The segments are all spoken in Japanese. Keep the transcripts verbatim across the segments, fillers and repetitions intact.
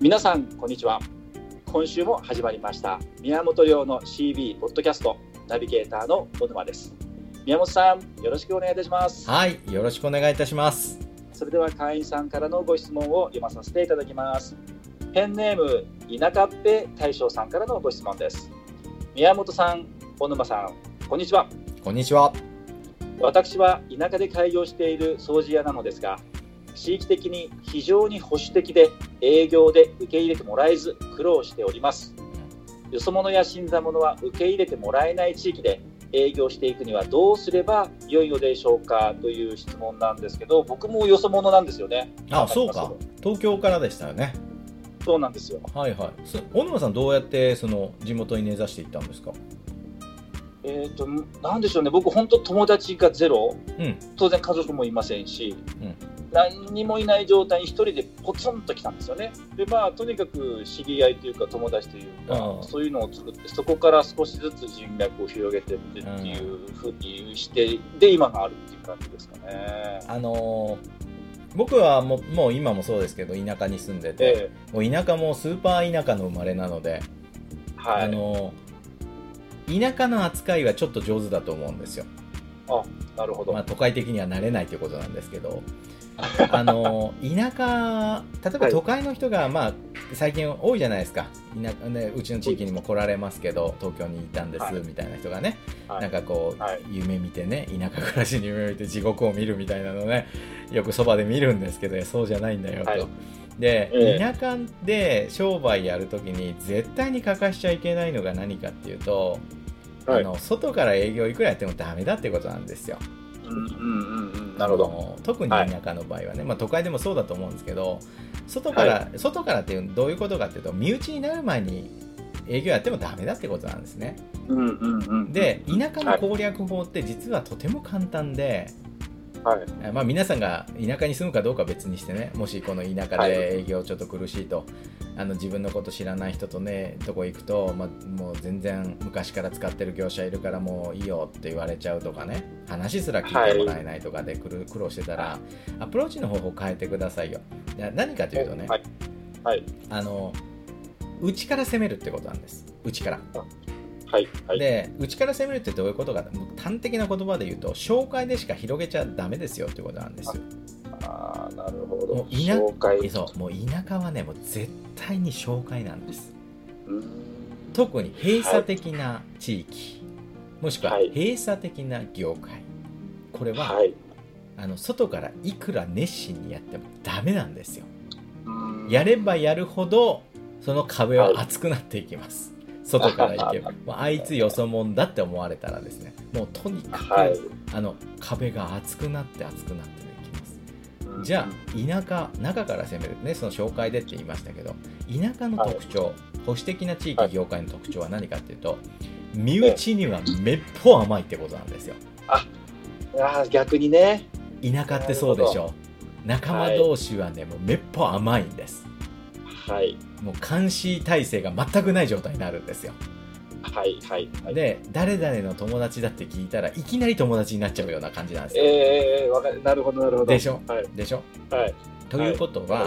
皆さんこんにちは。今週も始まりました宮本亮の シービー ポッドキャスト、ナビゲーターの小沼です。宮本さん、よろしくお願いいたします。 はい、よろしくお願いいたします。 それでは会員さんからのご質問を読まさせていただきます。ペンネーム田舎っぺ大将さんからのご質問です。宮本さん、小沼さん、こんにちは。 こんにちは。 私は田舎で開業している掃除屋なのですが、地域的に非常に保守的で営業で受け入れてもらえず苦労しております。よそ者や新参者は受け入れてもらえない地域で営業していくにはどうすれば良いのでしょうかという質問なんですけど、僕もよそ者なんですよね。 あ、そうか。東京からでしたよね。 そうなんですよ。 はいはい。小沼さん、どうやってその地元に根ざしていったんですか？ えーと、なんでしょうね。僕本当友達がゼロ、 うん、 当然家族もいませんし、 うん、 何にもいない状態に一人でポツンと来たんですよね。で、まあとにかく知り合いというか友達というか、そういうのを作って、そこから少しずつ人脈を広げてってっていうふうにして、で今があるっていう感じですかね。 あのー僕はもう、もう今もそうですけど田舎に住んでて、えー、もう田舎もスーパー田舎の生まれなので、はい、あの田舎の扱いはちょっと上手だと思うんですよ。 あ、なるほど。 まあ、都会的にはなれないということなんですけどあの田舎、例えば都会の人が、まあ、最近多いじゃないですか。田舎、ね、うちの地域にも来られますけど、東京にいたんです、はい、みたいな人がね、はい、なんかこう、はい、夢見てね、田舎暮らしに夢見て地獄を見るみたいなのね、よくそばで見るんですけど、そうじゃないんだよと、はい、で、えー、田舎で商売やるときに絶対に欠かしちゃいけないのが何かっていうと、はい、あの外から営業いくらやってもダメだってことなんですよ。 うんうんうんうん、なるほど。 特に田舎の場合はね、はい、まあ、都会でもそうだと思うんですけど、外から、はい、外からっていうどういうことかっていうと、身内になる前に営業やってもダメだってことなんですね。 うんうんうん、 で、田舎の攻略法って実はとても簡単で、はい、まあ、皆さんが田舎に住むかどうかは別にしてね、もしこの田舎で営業ちょっと苦しいと、はい、あの自分のこと知らない人とねとこ行くと、まあ、もう全然昔から使ってる業者いるからもういいよって言われちゃうとかね、話すら聞いてもらえないとかで苦労してたら、はい、アプローチの方法を変えてくださいよ。何かというとね、はいはい、あの内から攻めるってことなんです。内からはいはい、 で、内から攻めるってどういうことか、端的な言葉で言うと、紹介でしか広げちゃダメですよってことなんですよ。 ああ、なるほど。 もう田紹介そうもう田舎はね、もう絶対に紹介なんです。うん、特に閉鎖的な地域、はい、もしくは閉鎖的な業界、これは、はい、あの外からいくら熱心にやってもダメなんですよ。やればやるほどその壁は厚くなっていきます。はい、外から行けばもうあいつよそもんだって思われたらですね、もうとにかく、はい、あの壁が厚くなって厚くなっていきます。うん、じゃあ田舎、中から攻めるね、その紹介でって言いましたけど、田舎の特徴、はい、保守的な地域業界の特徴は何かっていうと、身内にはめっぽう甘いってことなんですよ。 ああ、逆にね、 田舎ってそうでしょ。仲間同士はね、もうめっぽう甘いんです。はい、もう監視体制が全くない状態になるんですよ。 はいはいはい、 で、誰々の友達だって聞いたらいきなり友達になっちゃうような感じなんですよ。 えー、わかる。なるほどなるほど。 でしょ、 はい、 でしょ、 はい、 ということは、はい、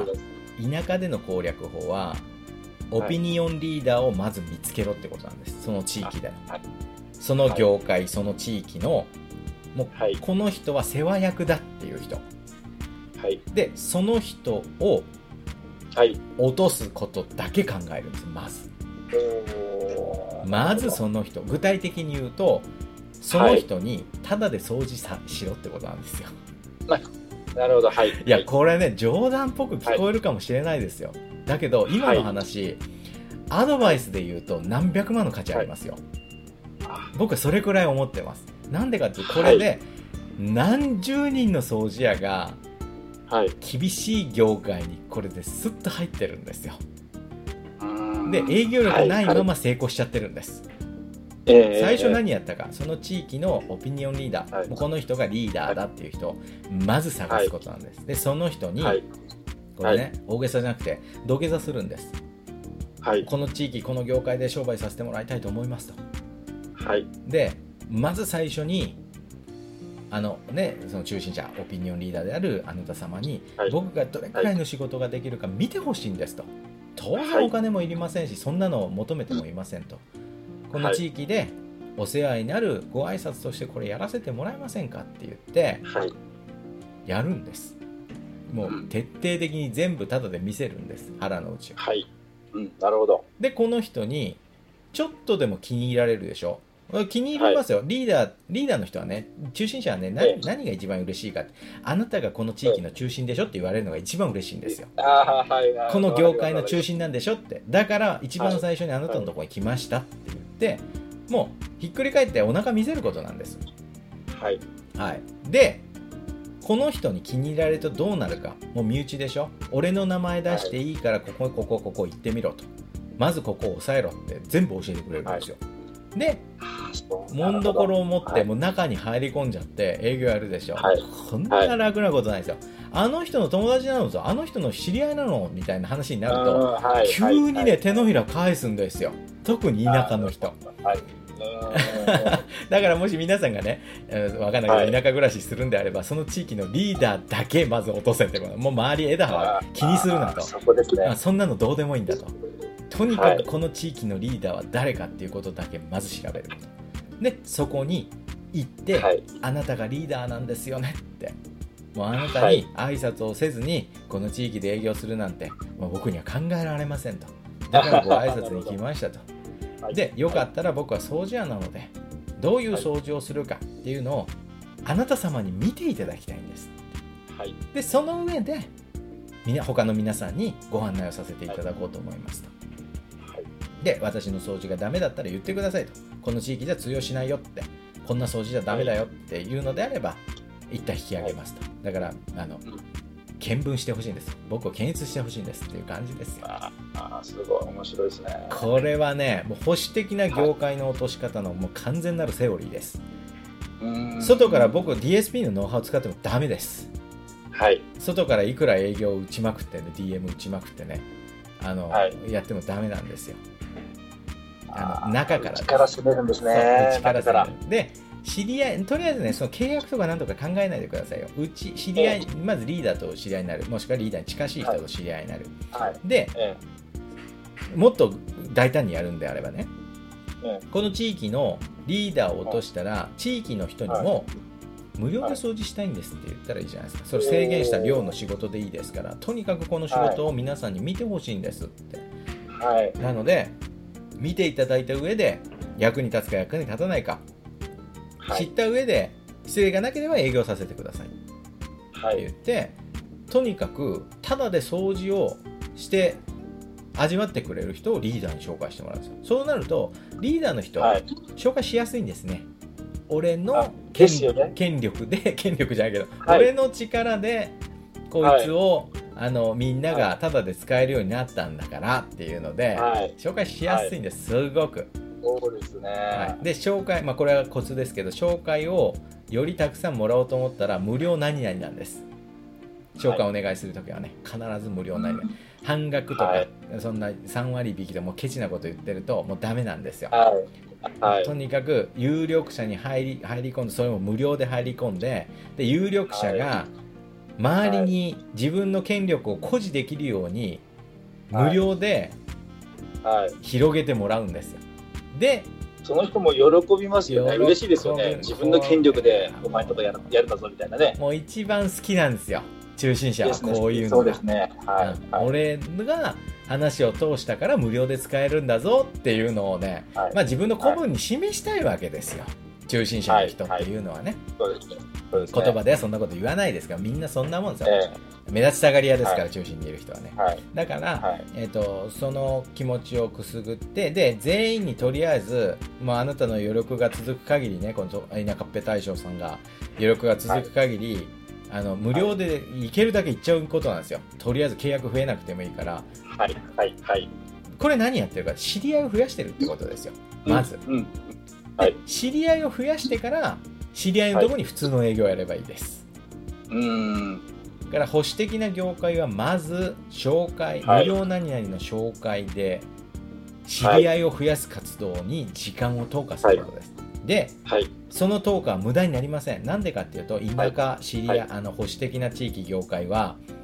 田舎での攻略法はオピニオンリーダーをまず見つけろってことなんです。その地域で、はい、その業界、はい、その地域のもう、はい、この人は世話役だっていう人、はい、でその人をはい、落とすことだけ考えるんです。まずまずその人、具体的に言うとその人にタダで掃除さしろってことなんですよ。 はい、なるほど、はい、 いやこれね冗談っぽく聞こえるかもしれないですよ、はい、だけど今の話、はい、アドバイスで言うと何百万の価値ありますよ、はい、僕はそれくらい思ってます。なんでかっていうと、これで何十人の掃除屋がはい、厳しい業界にこれでスッと入ってるんですよ。で営業力ないまま成功しちゃってるんです、はいはい、最初何やったか、その地域のオピニオンリーダー、はい、もうこの人がリーダーだっていう人をまず探すことなんです、はい、でその人に、はい、これね、はい、大げさじゃなくて土下座するんです、はい、この地域この業界で商売させてもらいたいと思いますと、はい、でまず最初にあのね、その中心者オピニオンリーダーであるあなた様に、はい、僕がどれくらいの仕事ができるか見てほしいんですと、 当然お金もいりませんし、はい、そんなのを求めてもいませんと。この地域でお世話になるご挨拶としてこれやらせてもらえませんかって言ってやるんです。もう徹底的に全部タダで見せるんです、腹の内を。 はい、うん、なるほど。 でこの人にちょっとでも気に入られるでしょ。気に入りますよ、はい、リーダーリーダーの人はね、中心者はね、何、ええ、何が一番嬉しいかって、あなたがこの地域の中心でしょって言われるのが一番嬉しいんですよ。 あ、はいはい、 この業界の中心なんでしょって、だから一番最初にあなたのところに来ましたって言って、はい、もうひっくり返ってお腹見せることなんです。 はい、 はい、でこの人に気に入られるとどうなるか、もう身内でしょ。俺の名前出していいからここここここ行ってみろと、まずここを押さえろって全部教えてくれるんですよ。はい、でもんどころを持ってもう中に入り込んじゃって営業やるでしょ、はい、こんな楽なことないですよ、はい、あの人の友達なのとあの人の知り合いなのみたいな話になると、はい、急にね、はい、手のひら返すんですよ、特に田舎の人、はい、だからもし皆さんがね、わかんないけど田舎暮らしするんであれば、その地域のリーダーだけまず落とせってこと、もう周り枝葉気にするなと、 そこですね、そんなのどうでもいいんだと、とにかくこの地域のリーダーは誰かっていうことだけまず調べることで、そこに行って、はい、あなたがリーダーなんですよねって、もうあなたに挨拶をせずにこの地域で営業するなんてもう僕には考えられませんと、だからご挨拶に来ましたとで、よかったら僕は掃除屋なのでどういう掃除をするかっていうのをあなた様に見ていただきたいんです、はい、でその上でみな他の皆さんにご案内をさせていただこうと思いますと、はい、で私の掃除がダメだったら言ってくださいと、この地域じゃ通用しないよって、こんな掃除じゃダメだよっていうのであれば一旦引き上げますと、だからあの見分してほしいんです、僕を検閲してほしいんですっていう感じですよ。 ああ、すごい面白いですね。 これはね、もう保守的な業界の落とし方のもう完全なるセオリーです。うーん、外から僕 ディーエスピー のノウハウを使ってもダメです。はい、外からいくら営業を打ちまくってね、 ディーエム 打ちまくってね、あの、はい、やってもダメなんですよ。あの中から力攻めるんですね。 力攻める。で知り合い、とりあえずね、その契約とかなんとか考えないでくださいよ。うち知り合い、えー、まずリーダーと知り合いになる、もしくはリーダーに近しい人と知り合いになる、はい、で、えー、もっと大胆にやるんであればね、えー、この地域のリーダーを落としたら、地域の人にも無料で掃除したいんですって言ったらいいじゃないですか。それ制限した量の仕事でいいですから、とにかくこの仕事を皆さんに見てほしいんですって、はい、なので見ていただいた上で役に立つか役に立たないか知った上で、失礼がなければ営業させてくださいって言って、はい、とにかくただで掃除をして味わってくれる人をリーダーに紹介してもらうんですよ。そうなるとリーダーの人は紹介しやすいんですね。俺の 権,、ね、権力で権力じゃないけど、はい、俺の力でこいつを、はい、あのみんながただで使えるようになったんだからっていうので、はい、紹介しやすいんです、すごく。 そうですね、はい、で紹介、まあ、これはコツですけど、紹介をよりたくさんもらおうと思ったら無料何々なんです。紹介お願いするときはね、必ず無料何々、半額とか、はい、そんなさん割引きでもケチなこと言ってるともうダメなんですよ、はいはい、とにかく有力者に入り、入り込んで、それも無料で入り込んで、で有力者が周りに自分の権力を誇示できるように無料で広げてもらうんですよ。でその人も喜びますよね。嬉しいですよね。自分の権力でお前とかやる、やるんだぞみたいなね。 もう一番好きなんですよ、中心者はこういうのが。そうですね、はいはい、俺が話を通したから無料で使えるんだぞっていうのをね、はい、まあ、自分の古文に示したいわけですよ、中心者の人っていうのはね、はいはい、そうですね、そうですね、言葉ではそんなこと言わないですから、みんなそんなもんですよ、えー、目立ちたがり屋ですから、はい、中心にいる人はね、はい、だから、はい、えーと、その気持ちをくすぐって、で全員にとりあえず、まあ、あなたの余力が続く限りね、この田舎っぺ大将さんが余力が続く限り、はい、あの無料でいけるだけいっちゃうことなんですよ。とりあえず契約増えなくてもいいから、はいはいはい、これ何やってるか、知り合いを増やしてるってことですよ、まず、うんうん、はい、知り合いを増やしてから知り合いのところに普通の営業をやればいいです、はい、うーん、だから保守的な業界はまず紹介、はい、無料何々の紹介で知り合いを増やす活動に時間を投下することです、はい、で、はい、その投下は無駄になりません。なんでかっていうと、田舎、知り合い、はい、あの保守的な地域業界は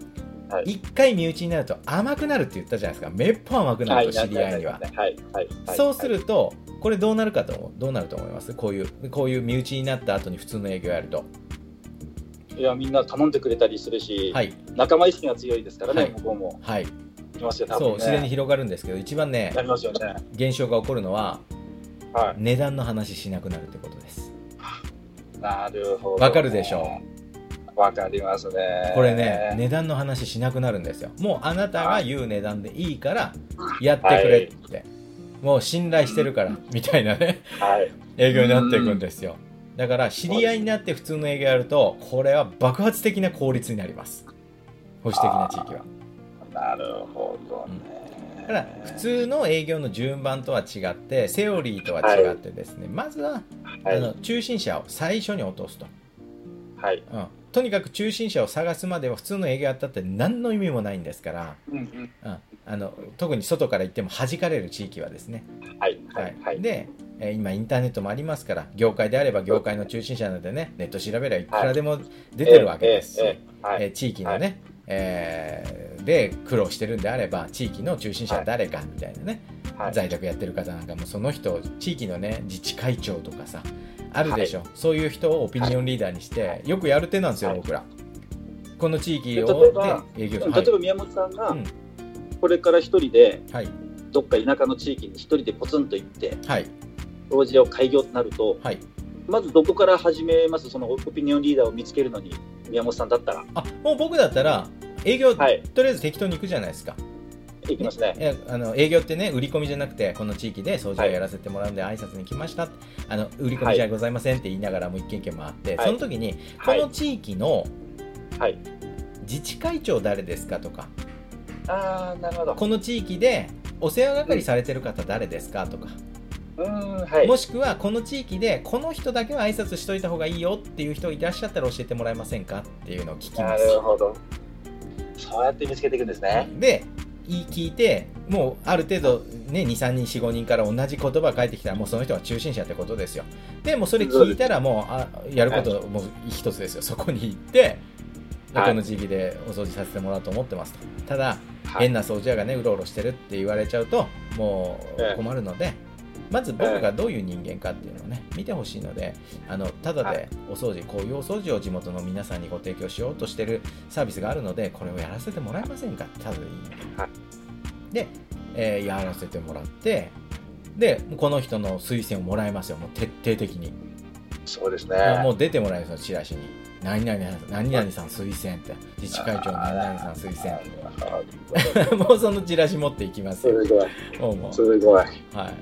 はい、 一回身内になると甘くなるって言ったじゃないですか。めっぽう甘くなると、知り合いには。そうすると、これどうなるかと、どうなると思います？こういう、こういう身内になった後に普通の営業やると。 いや、みんな頼んでくれたりするし、はい、仲間意識が強いですからね、はい、向こうも。はい。いますよ、多分ね。そう、 自然に広がるんですけど、一番ね、 なりますよね。 現象が起こるのは、はい、値段の話しなくなるってことです。 なるほど。 わかるでしょう。わかりますね。 これね、値段の話しなくなるんですよ。もうあなたが言う値段でいいからやってくれって、はい、もう信頼してるからみたいなね、はい、営業になっていくんですよ。だから知り合いになって普通の営業やると、これは爆発的な効率になります。保守的な地域は。 なるほどね。 だから普通の営業の順番とは違って、セオリーとは違ってですね、はい、まずは、はい、あの中心者を最初に落とすと、はいうん、とにかく中心者を探すまでは普通の営業やったって何の意味もないんですから、うんうんうん、あの特に外から行っても弾かれる地域はですね、はいはいはい、で今インターネットもありますから、業界であれば業界の中心者なのでね、ネット調べればいくらでも出てるわけですし、はい、地域のね、はいえー、で苦労してるんであれば地域の中心者は誰かみたいなね、はい、在宅やってる方なんかもその人、地域のね自治会長とかさあるでしょ、はい、そういう人をオピニオンリーダーにして、はい、よくやる手なんですよ、はい、僕らこの地域を例えばで営業、はい、例えば宮本さんがこれから一人で、はい、どっか田舎の地域に一人でポツンと行って、はい、掃除を開業となると、はい、まずどこから始めます？そのオピニオンリーダーを見つけるのに宮本さんだったら。 あ、もう僕だったら営業、はい、とりあえず適当に行くじゃないですか。 行きますね。 ね、あの営業ってね、売り込みじゃなくて、この地域で掃除をやらせてもらうんで挨拶に来ました、はい、あの売り込みじゃございませんって言いながらも一軒一軒回って、はい、その時にこの地域の自治会長誰ですかとか、 あー、なるほど。 この地域でお世話係されてる方誰ですかとか、 うん、はい、 もしくはこの地域でこの人だけは挨拶しといた方がいいよっていう人いらっしゃったら教えてもらえませんかっていうのを聞きます。 なるほど。そうやって見つけていくんですね。 で聞いて、もうある程度、ね、に、さんにん、よん、ごにんから同じ言葉が返ってきたらもうその人が中心者ってことですよ。でもうそれ聞いたらもうあやることもう一つですよ。そこに行って、はい、この地域でお掃除させてもらおうと思ってますと。ただ、はい、変な掃除屋がねうろうろしてるって言われちゃうともう困るので、まず僕がどういう人間かっていうのをね見てほしいので、あのただでお掃除、こういうお掃除を地元の皆さんにご提供しようとしてるサービスがあるので、これをやらせてもらえませんかって、ただでいいので、で、えー、やらせてもらって、でこの人の推薦をもらえますよ、もう徹底的に。 そうですね。 もう出てもらえますよ、チラシに。何々何々さん推薦って、自治会長何々さん推薦もうそのチラシ持っていきますよ。すごい。もうもうすごい。はい。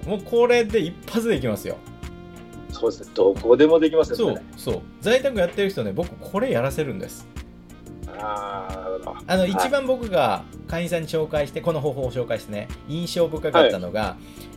もうこれで一発でいきますよ。 そうですね。どこでもできますよね。 そうそう。在宅やってる人ね、僕これやらせるんです。 ああ、なるほど。 あの一番僕が会員さんに紹介して、この方法を紹介してね、印象深かったのが、はい、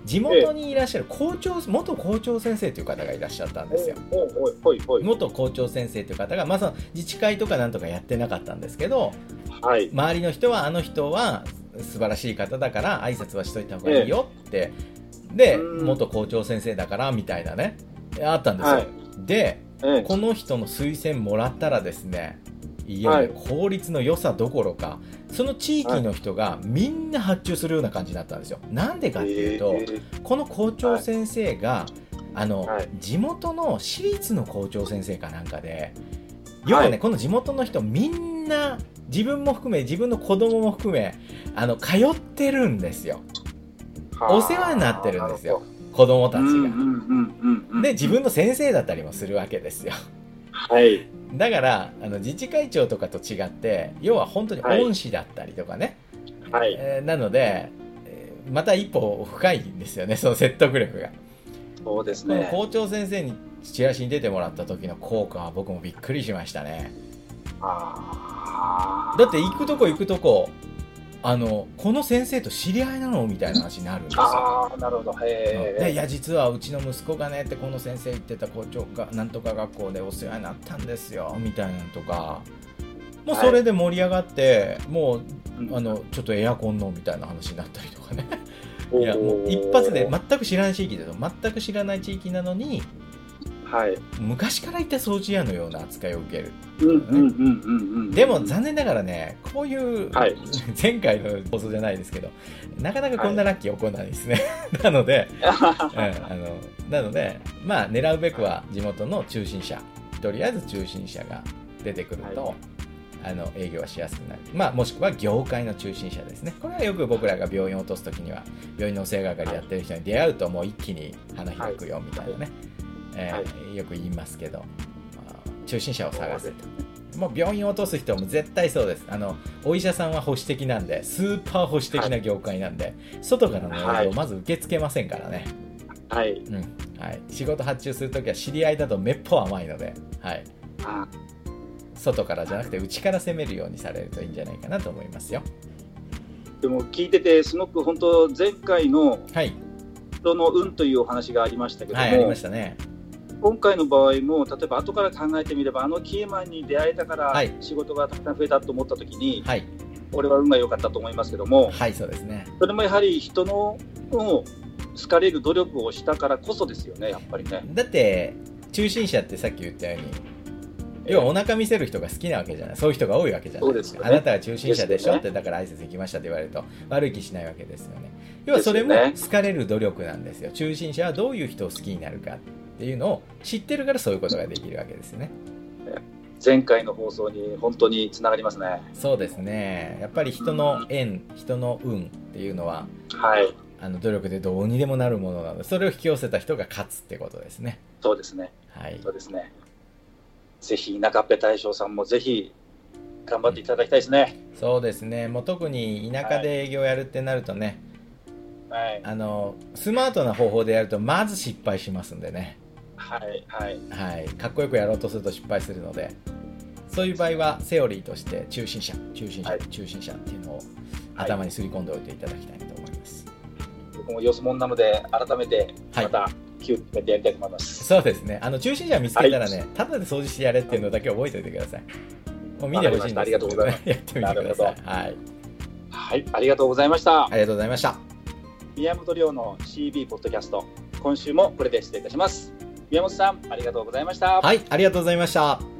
地元にいらっしゃる校長、元校長先生という方がいらっしゃったんですよ。元校長先生という方が、まあ、その自治会とかなんとかやってなかったんですけど、はい、周りの人はあの人は素晴らしい方だから挨拶はしといた方がいいよって、で元校長先生だからみたいなねあったんですよ。はい、で、この人の推薦もらったらですね、いや、はい、効率の良さどころか、その地域の人がみんな発注するような感じになったんですよ。なんでかっていうと、えー、この校長先生が、はい、あの、はい、地元の私立の校長先生かなんかで、要はね、はい、この地元の人みんな自分も含め自分の子供も含めあの通ってるんですよ。お世話になってるんですよ、子供たちが。で自分の先生だったりもするわけですよ。はい。だからあの自治会長とかと違って、要は本当に恩師だったりとかね、はいえー、なので、えー、また一歩深いんですよね、その説得力が。 そうですね。 校長先生にチラシに出てもらった時の効果は僕もびっくりしましたね。あだって行くとこ行くとこ、あのこの先生と知り合いなのみたいな話になるんですよ。 ああ、なるほど。へえ。いや実はうちの息子がねってこの先生言ってた校長がなんとか学校でお世話になったんですよみたいなのとか、もうそれで盛り上がって、はい、もうあのちょっとエアコンのみたいな話になったりとかね。いやもう一発で全く知らない地域だと全く知らない地域なのに、 はい、昔から言った掃除屋のような扱いを受ける、 ね、 でも残念ながらね、こういう、はい、前回の放送じゃないですけど、なかなかこんなラッキー起こらないですね、はい、なので、うん、あのなので、まあ、狙うべくは地元の中心者、とりあえず中心者が出てくると、はい、あの営業はしやすくなる、まあ、もしくは業界の中心者ですね。これはよく僕らが病院を落とすときには、病院のお世話係やってる人に出会うともう一気に花開くよみたいなね、はいえーはい、よく言いますけど、中心者を探せと。もう病院を落とす人も絶対そうです。あのお医者さんは保守的なんで、スーパー保守的な業界なんで、はい、外からの営業をまず受け付けませんからね。 はい、 うんはい、仕事発注するときは知り合いだとめっぽう甘いので、はい、外からじゃなくて内から攻めるようにされるといいんじゃないかなと思いますよ。 でも聞いててすごく本当前回の人の運というお話がありましたけども、 はい、ありましたね。 今回の場合も例えば後から考えてみれば、あのキーマンに出会えたから仕事がたくさん増えたと思ったときに、はい、俺は運が良かったと思いますけども、 はい、そうですね。 それもやはり人の運を好かれる努力をしたからこそですよね、やっぱりね。 だって中心者ってさっき言ったように、要はお腹見せる人が好きなわけじゃない、そういう人が多いわけじゃないですか。そうですね、あなたは中心者でしょって、だから挨拶行きましたって言われると悪い気しないわけですよね。要はそれも好かれる努力なんですよ。中心者はどういう人を好きになるかっていうのを知ってるからそういうことができるわけですよね。 前回の放送に本当につながりますね。 そうですね。やっぱり人の縁、人の運っていうのは、 はい、 あの努力でどうにでもなるものなので、それを引き寄せた人が勝つってことですね。 そうですね。 はい。 そうですね。ぜひ中っぺ大将さんもぜひ頑張っていただきたいですね。 うん、そうですね。もう特に田舎で営業やるってなるとね、はい、あのスマートな方法でやるとまず失敗しますんでね。 はいはいはい。かっこよくやろうとすると失敗するので、そういう場合はセオリーとして中心者、中心者、はい、中心者っていうのを頭にすり込んでおいていただきたいと思います。はい、 僕もよそ者なので改めてまた、はい気をつけてやりたいと思います。 そうですね。あの中心者を見つけたらね、はい、ただで掃除してやれっていうのだけ覚えておいてください。もう見てほしいんですけど、ね、 ありがとうございます。 やってみてください。はい。 はい、ありがとうございました。 ありがとうございました。 宮本亮の シービー ポッドキャスト、今週もこれで失礼いたします。宮本さん、ありがとうございました。 はい、ありがとうございました。